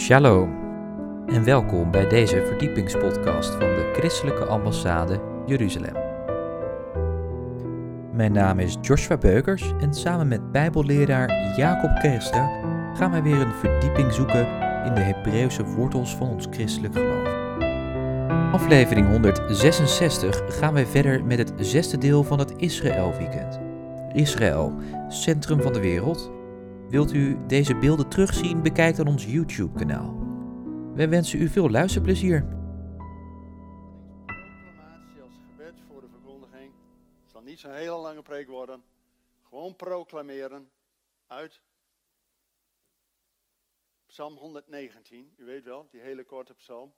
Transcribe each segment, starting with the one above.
Shalom en welkom bij deze verdiepingspodcast van de Christelijke Ambassade Jeruzalem. Mijn naam is Joshua Beukers en samen met Bijbelleraar Jacob Kerstra gaan wij weer een verdieping zoeken in de Hebreeuwse wortels van ons christelijk geloof. Aflevering 166 gaan wij verder met het zesde deel van het Israël-weekend. Israël, centrum van de wereld. Wilt u deze beelden terugzien? Bekijk dan ons YouTube-kanaal. Wij wensen u veel luisterplezier. Proclamatie als gebed voor de verkondiging. Het zal niet zo'n hele lange preek worden. Gewoon proclameren uit Psalm 119. U weet wel, die hele korte psalm.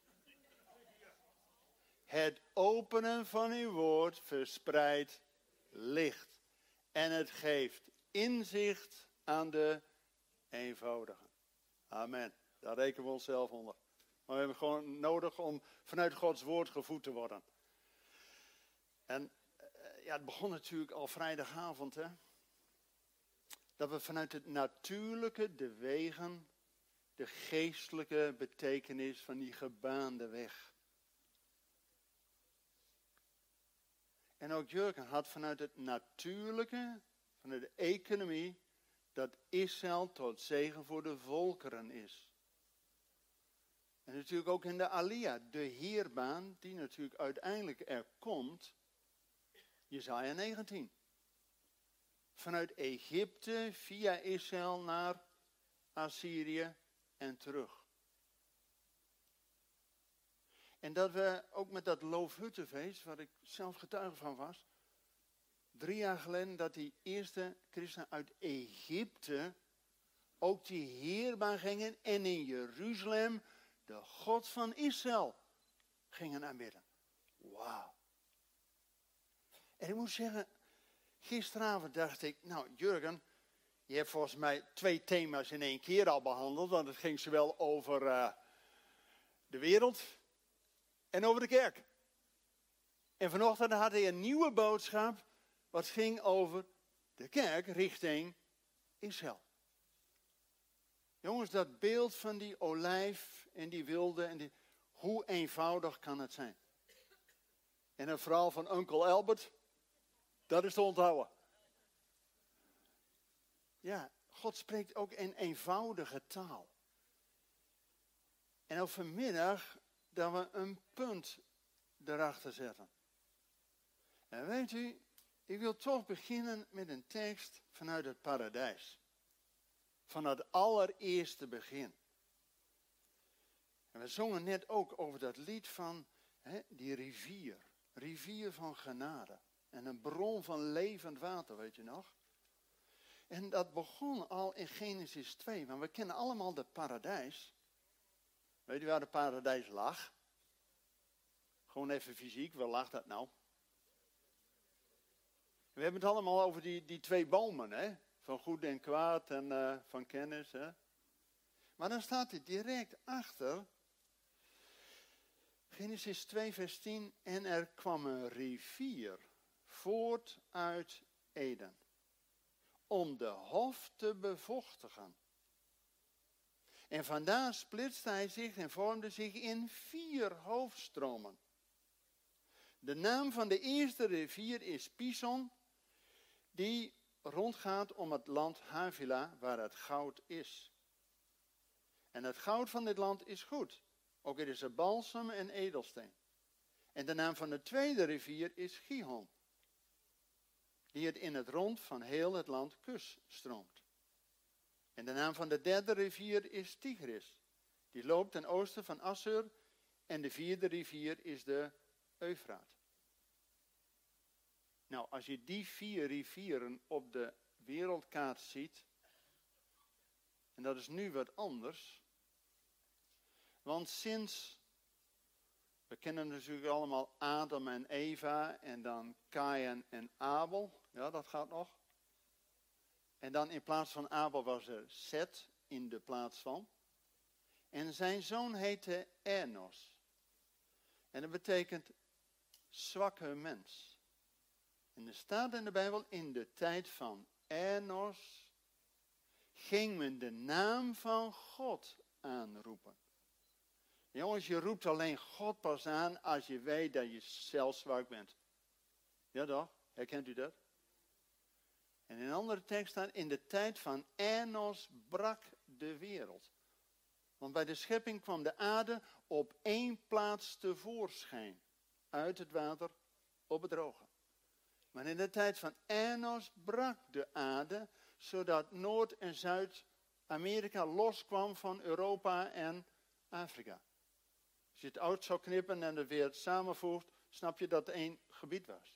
Het openen van uw woord verspreidt licht. En het geeft inzicht aan de eenvoudigen. Amen. Daar rekenen we onszelf onder. Maar we hebben gewoon nodig om vanuit Gods woord gevoed te worden. En het begon natuurlijk al vrijdagavond, hè. Dat we vanuit het natuurlijke, de wegen, de geestelijke betekenis van die gebaande weg. En ook Jurgen had vanuit het natuurlijke, vanuit de economie, dat Israël tot zegen voor de volkeren is. En natuurlijk ook in de Aliyah, de heerbaan, die natuurlijk uiteindelijk er komt, Jesaja 19. Vanuit Egypte via Israël naar Assyrië en terug. En dat we ook met dat Loofhuttenfeest, waar ik zelf getuige van was, 3 jaar geleden, dat die eerste christenen uit Egypte ook die heerbaan gingen en in Jeruzalem de God van Israël gingen aanbidden. Wauw. En ik moet zeggen, gisteravond dacht ik, nou Jurgen, je hebt volgens mij 2 thema's in 1 keer al behandeld, want het ging zowel over de wereld en over de kerk. En vanochtend had hij een nieuwe boodschap, wat ging over de kerk richting Israël. Jongens, dat beeld van die olijf en die wilde, en hoe eenvoudig kan het zijn? En een verhaal van Onkel Albert, dat is te onthouden. Ja, God spreekt ook in eenvoudige taal. En ook vanmiddag dat we een punt erachter zetten. En weet u, ik wil toch beginnen met een tekst vanuit het paradijs. Van het allereerste begin. En we zongen net ook over dat lied van die rivier. Rivier van genade. En een bron van levend water, weet je nog? En dat begon al in Genesis 2. Want we kennen allemaal het paradijs. Weet u waar het paradijs lag? Gewoon even fysiek, waar lag dat nou? We hebben het allemaal over die 2 bomen, hè? Van goed en kwaad en van kennis, hè? Maar dan staat er direct achter, Genesis 2 vers 10, en er kwam een rivier voort uit Eden, om de hof te bevochtigen. En vandaar splitste hij zich en vormde zich in 4 hoofdstromen. De naam van de eerste rivier is Pison, die rondgaat om het land Havila, waar het goud is. En het goud van dit land is goed. Ook er is er balsem en edelsteen. En de naam van de tweede rivier is Gihon, die het in het rond van heel het land Kus stroomt. En de naam van de derde rivier is Tigris, die loopt ten oosten van Assur. En de 4e rivier is de Eufraat. Nou, als je die 4 rivieren op de wereldkaart ziet, en dat is nu wat anders, want sinds, we kennen natuurlijk allemaal Adam en Eva, en dan Kaïn en Abel, ja dat gaat nog. En dan in plaats van Abel was er Seth in de plaats van. En zijn zoon heette Enos. En dat betekent zwakke mens. En er staat in de Bijbel, in de tijd van Enos ging men de naam van God aanroepen. Jongens, je roept alleen God pas aan als je weet dat je zelf zwak bent. Ja toch? Herkent u dat? En in een andere tekst staat, in de tijd van Enos brak de wereld. Want bij de schepping kwam de aarde op één plaats tevoorschijn. Uit het water op het droge. Maar in de tijd van Enos brak de aarde, zodat Noord- en Zuid-Amerika loskwam van Europa en Afrika. Als je het uit zou knippen en het weer samenvoegt, snap je dat het één gebied was.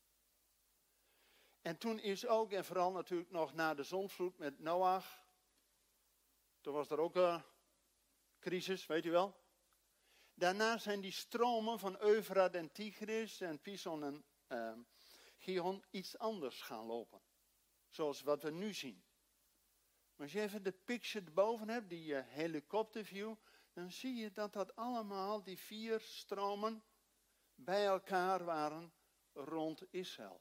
En toen is ook, en vooral natuurlijk nog na de zondvloed met Noach, toen was er ook een crisis, weet u wel. Daarna zijn die stromen van Eufraat en Tigris en Pison en Gihon iets anders gaan lopen. Zoals wat we nu zien. Maar als je even de picture erboven hebt, die helikopterview, dan zie je dat dat allemaal, die 4 stromen, bij elkaar waren rond Israël.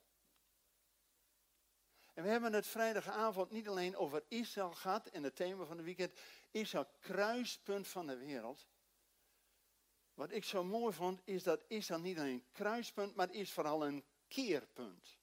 En we hebben het vrijdagavond niet alleen over Israël gehad, in het thema van de weekend, Israël, kruispunt van de wereld. Wat ik zo mooi vond, is dat Israël niet alleen een kruispunt, maar is vooral een keerpunt.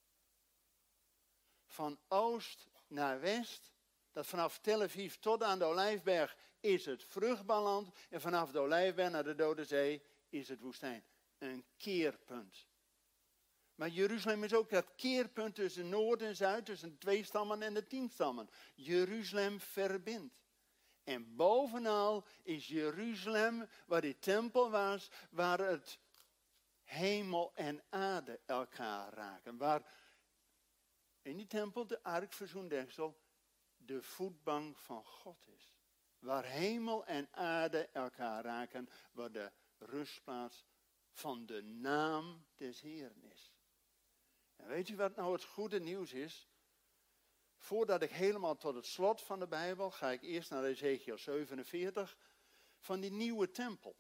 Van oost naar west, dat vanaf Tel Aviv tot aan de Olijfberg is het vruchtbaar land. En vanaf de Olijfberg naar de Dode Zee is het woestijn. Een keerpunt. Maar Jeruzalem is ook dat keerpunt tussen Noord en Zuid, tussen de 2 stammen en de 10 stammen. Jeruzalem verbindt. En bovenal is Jeruzalem, waar die tempel was, waar het hemel en aarde elkaar raken. Waar in die tempel de ark verzoendeksel de voetbank van God is. Waar hemel en aarde elkaar raken, waar de rustplaats van de naam des Heeren is. En weet u wat nou het goede nieuws is? Voordat ik helemaal tot het slot van de Bijbel, ga ik eerst naar Ezekiel 47, van die nieuwe tempel.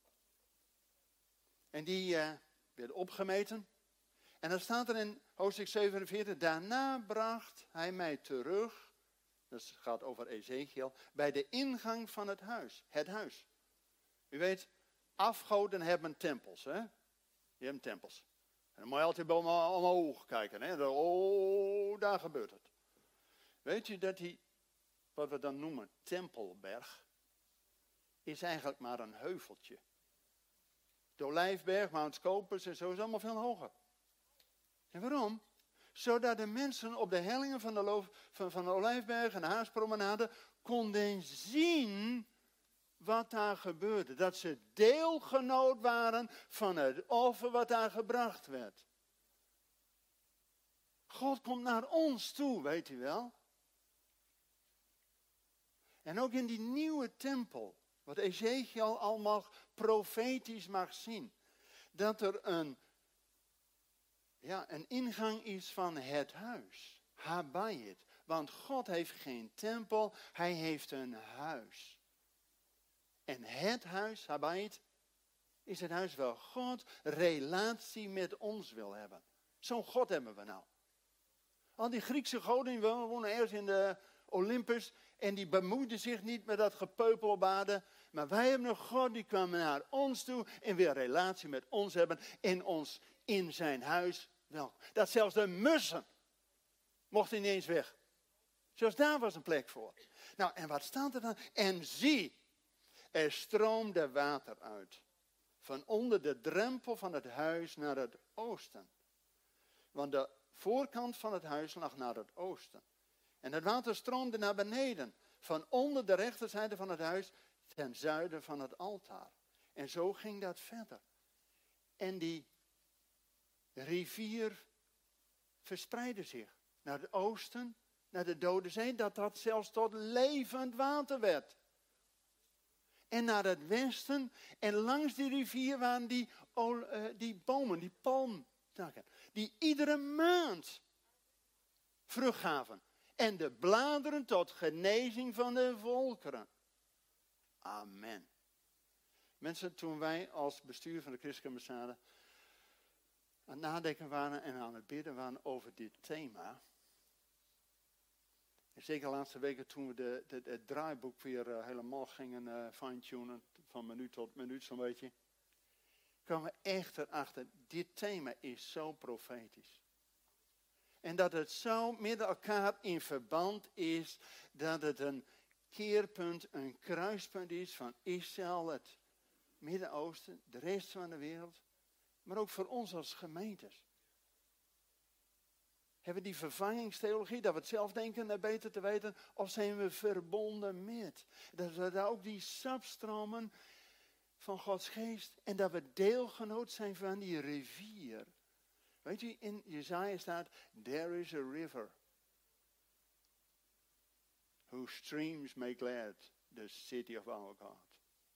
En die werd opgemeten. En dan staat er in hoofdstuk 47, daarna bracht hij mij terug, dat gaat over Ezekiel, bij de ingang van het huis. Het huis. U weet, afgoden hebben tempels. Hè? Die hebben tempels. En dan moet je altijd omhoog kijken. Hè? Oh, daar gebeurt het. Weet je dat die, wat we dan noemen, Tempelberg, is eigenlijk maar een heuveltje. De Olijfberg, Mount Scopus en zo is allemaal veel hoger. En waarom? Zodat de mensen op de hellingen van de Olijfberg en de Haaspromenade konden zien wat daar gebeurde. Dat ze deelgenoot waren van het offer wat daar gebracht werd. God komt naar ons toe, weet u wel. En ook in die nieuwe tempel, wat Ezekiel allemaal profetisch mag zien. Dat er een ingang is van het huis. Habayit. Want God heeft geen tempel, hij heeft een huis. En het huis, Habayit, is het huis waar God relatie met ons wil hebben. Zo'n God hebben we nou. Al die Griekse goden, die wonen eerst in de Olympus. En die bemoeiden zich niet met dat gepeupel op aarde. Maar wij hebben een God die kwam naar ons toe en wil relatie met ons hebben. En ons in zijn huis welkom. Dat zelfs de mussen mochten ineens weg. Zelfs daar was een plek voor. Nou, en wat staat er dan? En zie, er stroomde water uit. Van onder de drempel van het huis naar het oosten. Want de voorkant van het huis lag naar het oosten. En het water stroomde naar beneden. Van onder de rechterzijde van het huis ten zuiden van het altaar. En zo ging dat verder. En die rivier verspreidde zich naar het oosten, naar de Dode Zee. Dat zelfs tot levend water werd. En naar het westen. En langs die rivier waren die bomen, die palmtakken. Die iedere maand vrucht gaven. En de bladeren tot genezing van de volkeren. Amen. Mensen, toen wij als bestuur van de Christelijke Ambassade aan het nadenken waren en aan het bidden waren over dit thema. Zeker de laatste weken toen we het draaiboek weer helemaal gingen fine-tunen, van minuut tot minuut zo'n beetje, kwamen we echt erachter, dit thema is zo profetisch. En dat het zo met elkaar in verband is, dat het een keerpunt, een kruispunt is van Israël, het Midden-Oosten, de rest van de wereld, maar ook voor ons als gemeentes. Hebben we die vervangingstheologie, dat we het zelf denken naar beter te weten, of zijn we verbonden met? Dat we daar ook die sapstromen van Gods geest en dat we deelgenoot zijn van die rivier. Weet je, in Jesaja staat, there is a river, whose streams make glad the city of our God.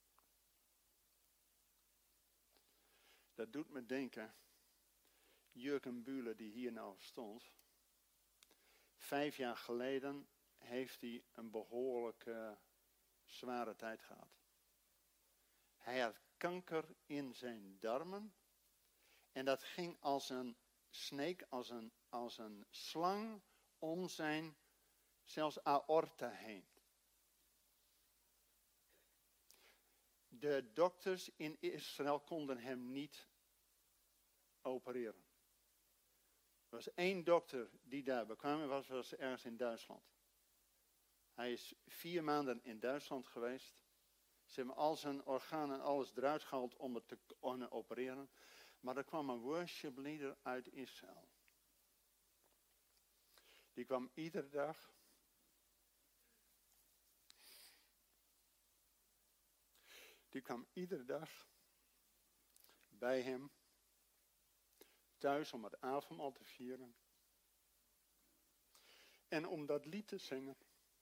Dat doet me denken, Jurgen Bühler die hier nou stond, 5 jaar geleden heeft hij een behoorlijk zware tijd gehad. Hij had kanker in zijn darmen en dat ging als een snake, als een slang om zijn, zelfs aorta heen. De dokters in Israël konden hem niet opereren. Er was 1 dokter die daar bekwaam was ergens in Duitsland. Hij is 4 maanden in Duitsland geweest. Ze hebben al zijn organen en alles eruit gehaald om het te kunnen opereren. Maar er kwam een worship leader uit Israël. Die kwam iedere dag. Bij hem. Thuis om het avondmaal te vieren. En om dat lied te zingen.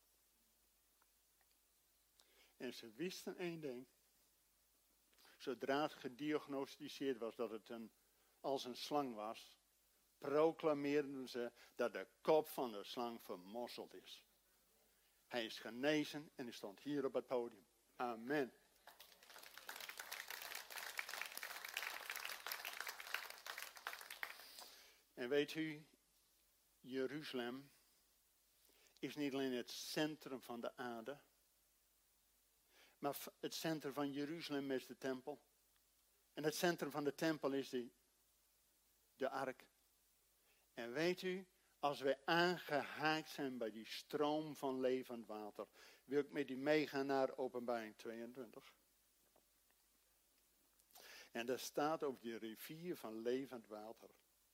En ze wisten 1 ding. Zodra het gediagnosticeerd was dat het als een slang was, proclameerden ze dat de kop van de slang vermorzeld is. Hij is genezen en hij stond hier op het podium. Amen. En weet u, Jeruzalem is niet alleen het centrum van de aarde, maar het centrum van Jeruzalem is de tempel. En het centrum van de tempel is de ark. En weet u, als wij aangehaakt zijn bij die stroom van levend water, wil ik met u meegaan naar Openbaring 22. En daar staat over die rivier van levend water.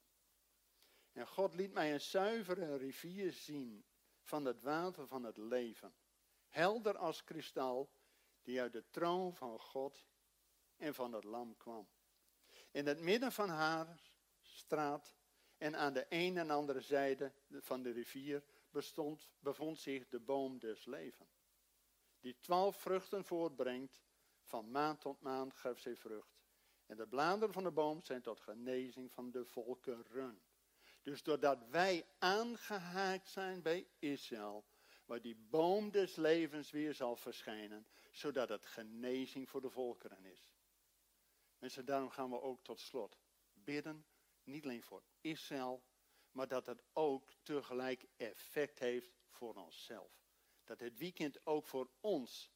En God liet mij een zuivere rivier zien van het water van het leven. Helder als kristal, die uit de troon van God en van het lam kwam. In het midden van haar straat en aan de een en andere zijde van de rivier bevond zich de boom des leven. Die 12 vruchten voortbrengt, van maand tot maand geeft zij vrucht. En de bladeren van de boom zijn tot genezing van de volkeren. Dus doordat wij aangehaakt zijn bij Israël, waar die boom des levens weer zal verschijnen, zodat het genezing voor de volkeren is. En daarom gaan we ook tot slot bidden, niet alleen voor Israël, maar dat het ook tegelijk effect heeft voor onszelf. Dat het weekend ook voor ons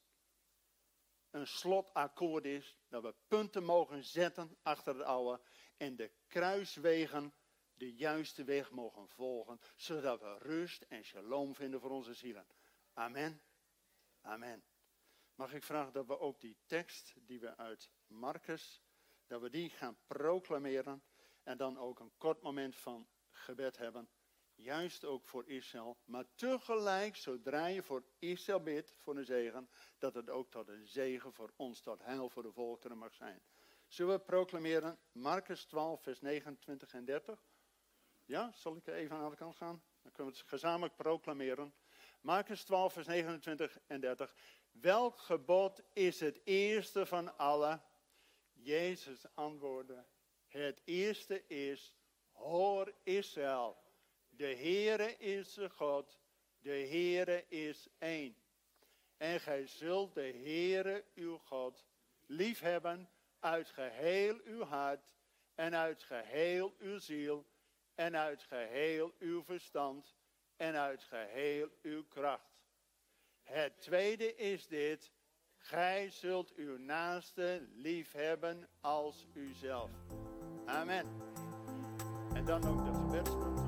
een slotakkoord is, dat we punten mogen zetten achter het oude en de kruiswegen de juiste weg mogen volgen, zodat we rust en shalom vinden voor onze zielen. Amen. Amen. Mag ik vragen dat we ook die tekst die we uit Marcus, dat we die gaan proclameren en dan ook een kort moment van gebed hebben. Juist ook voor Israël, maar tegelijk zodra je voor Israël bidt, voor een zegen, dat het ook tot een zegen voor ons, tot heil voor de volkeren mag zijn. Zullen we proclameren Marcus 12 vers 29 en 30? Ja, zal ik even aan de kant gaan? Dan kunnen we het gezamenlijk proclameren. Marcus 12 vers 29 en 30. Welk gebod is het eerste van alle? Jezus antwoordde. Het eerste is, hoor Israël. De Heere is de God. De Heere is één. En gij zult de Heere uw God liefhebben uit geheel uw hart en uit geheel uw ziel en uit geheel uw verstand en uit geheel uw kracht. Het tweede is dit: gij zult uw naaste lief hebben als uzelf. Amen. En dan ook de gebedspunten.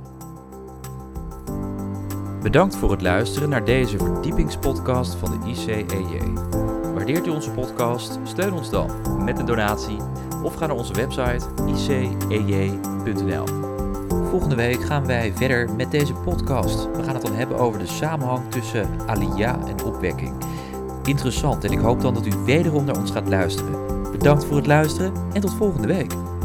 Bedankt voor het luisteren naar deze verdiepingspodcast van de ICEJ. Waardeert u onze podcast? Steun ons dan met een donatie of ga naar onze website icej.nl. Volgende week gaan wij verder met deze podcast. We gaan het dan hebben over de samenhang tussen alia en opwekking. Interessant en ik hoop dan dat u wederom naar ons gaat luisteren. Bedankt voor het luisteren en tot volgende week.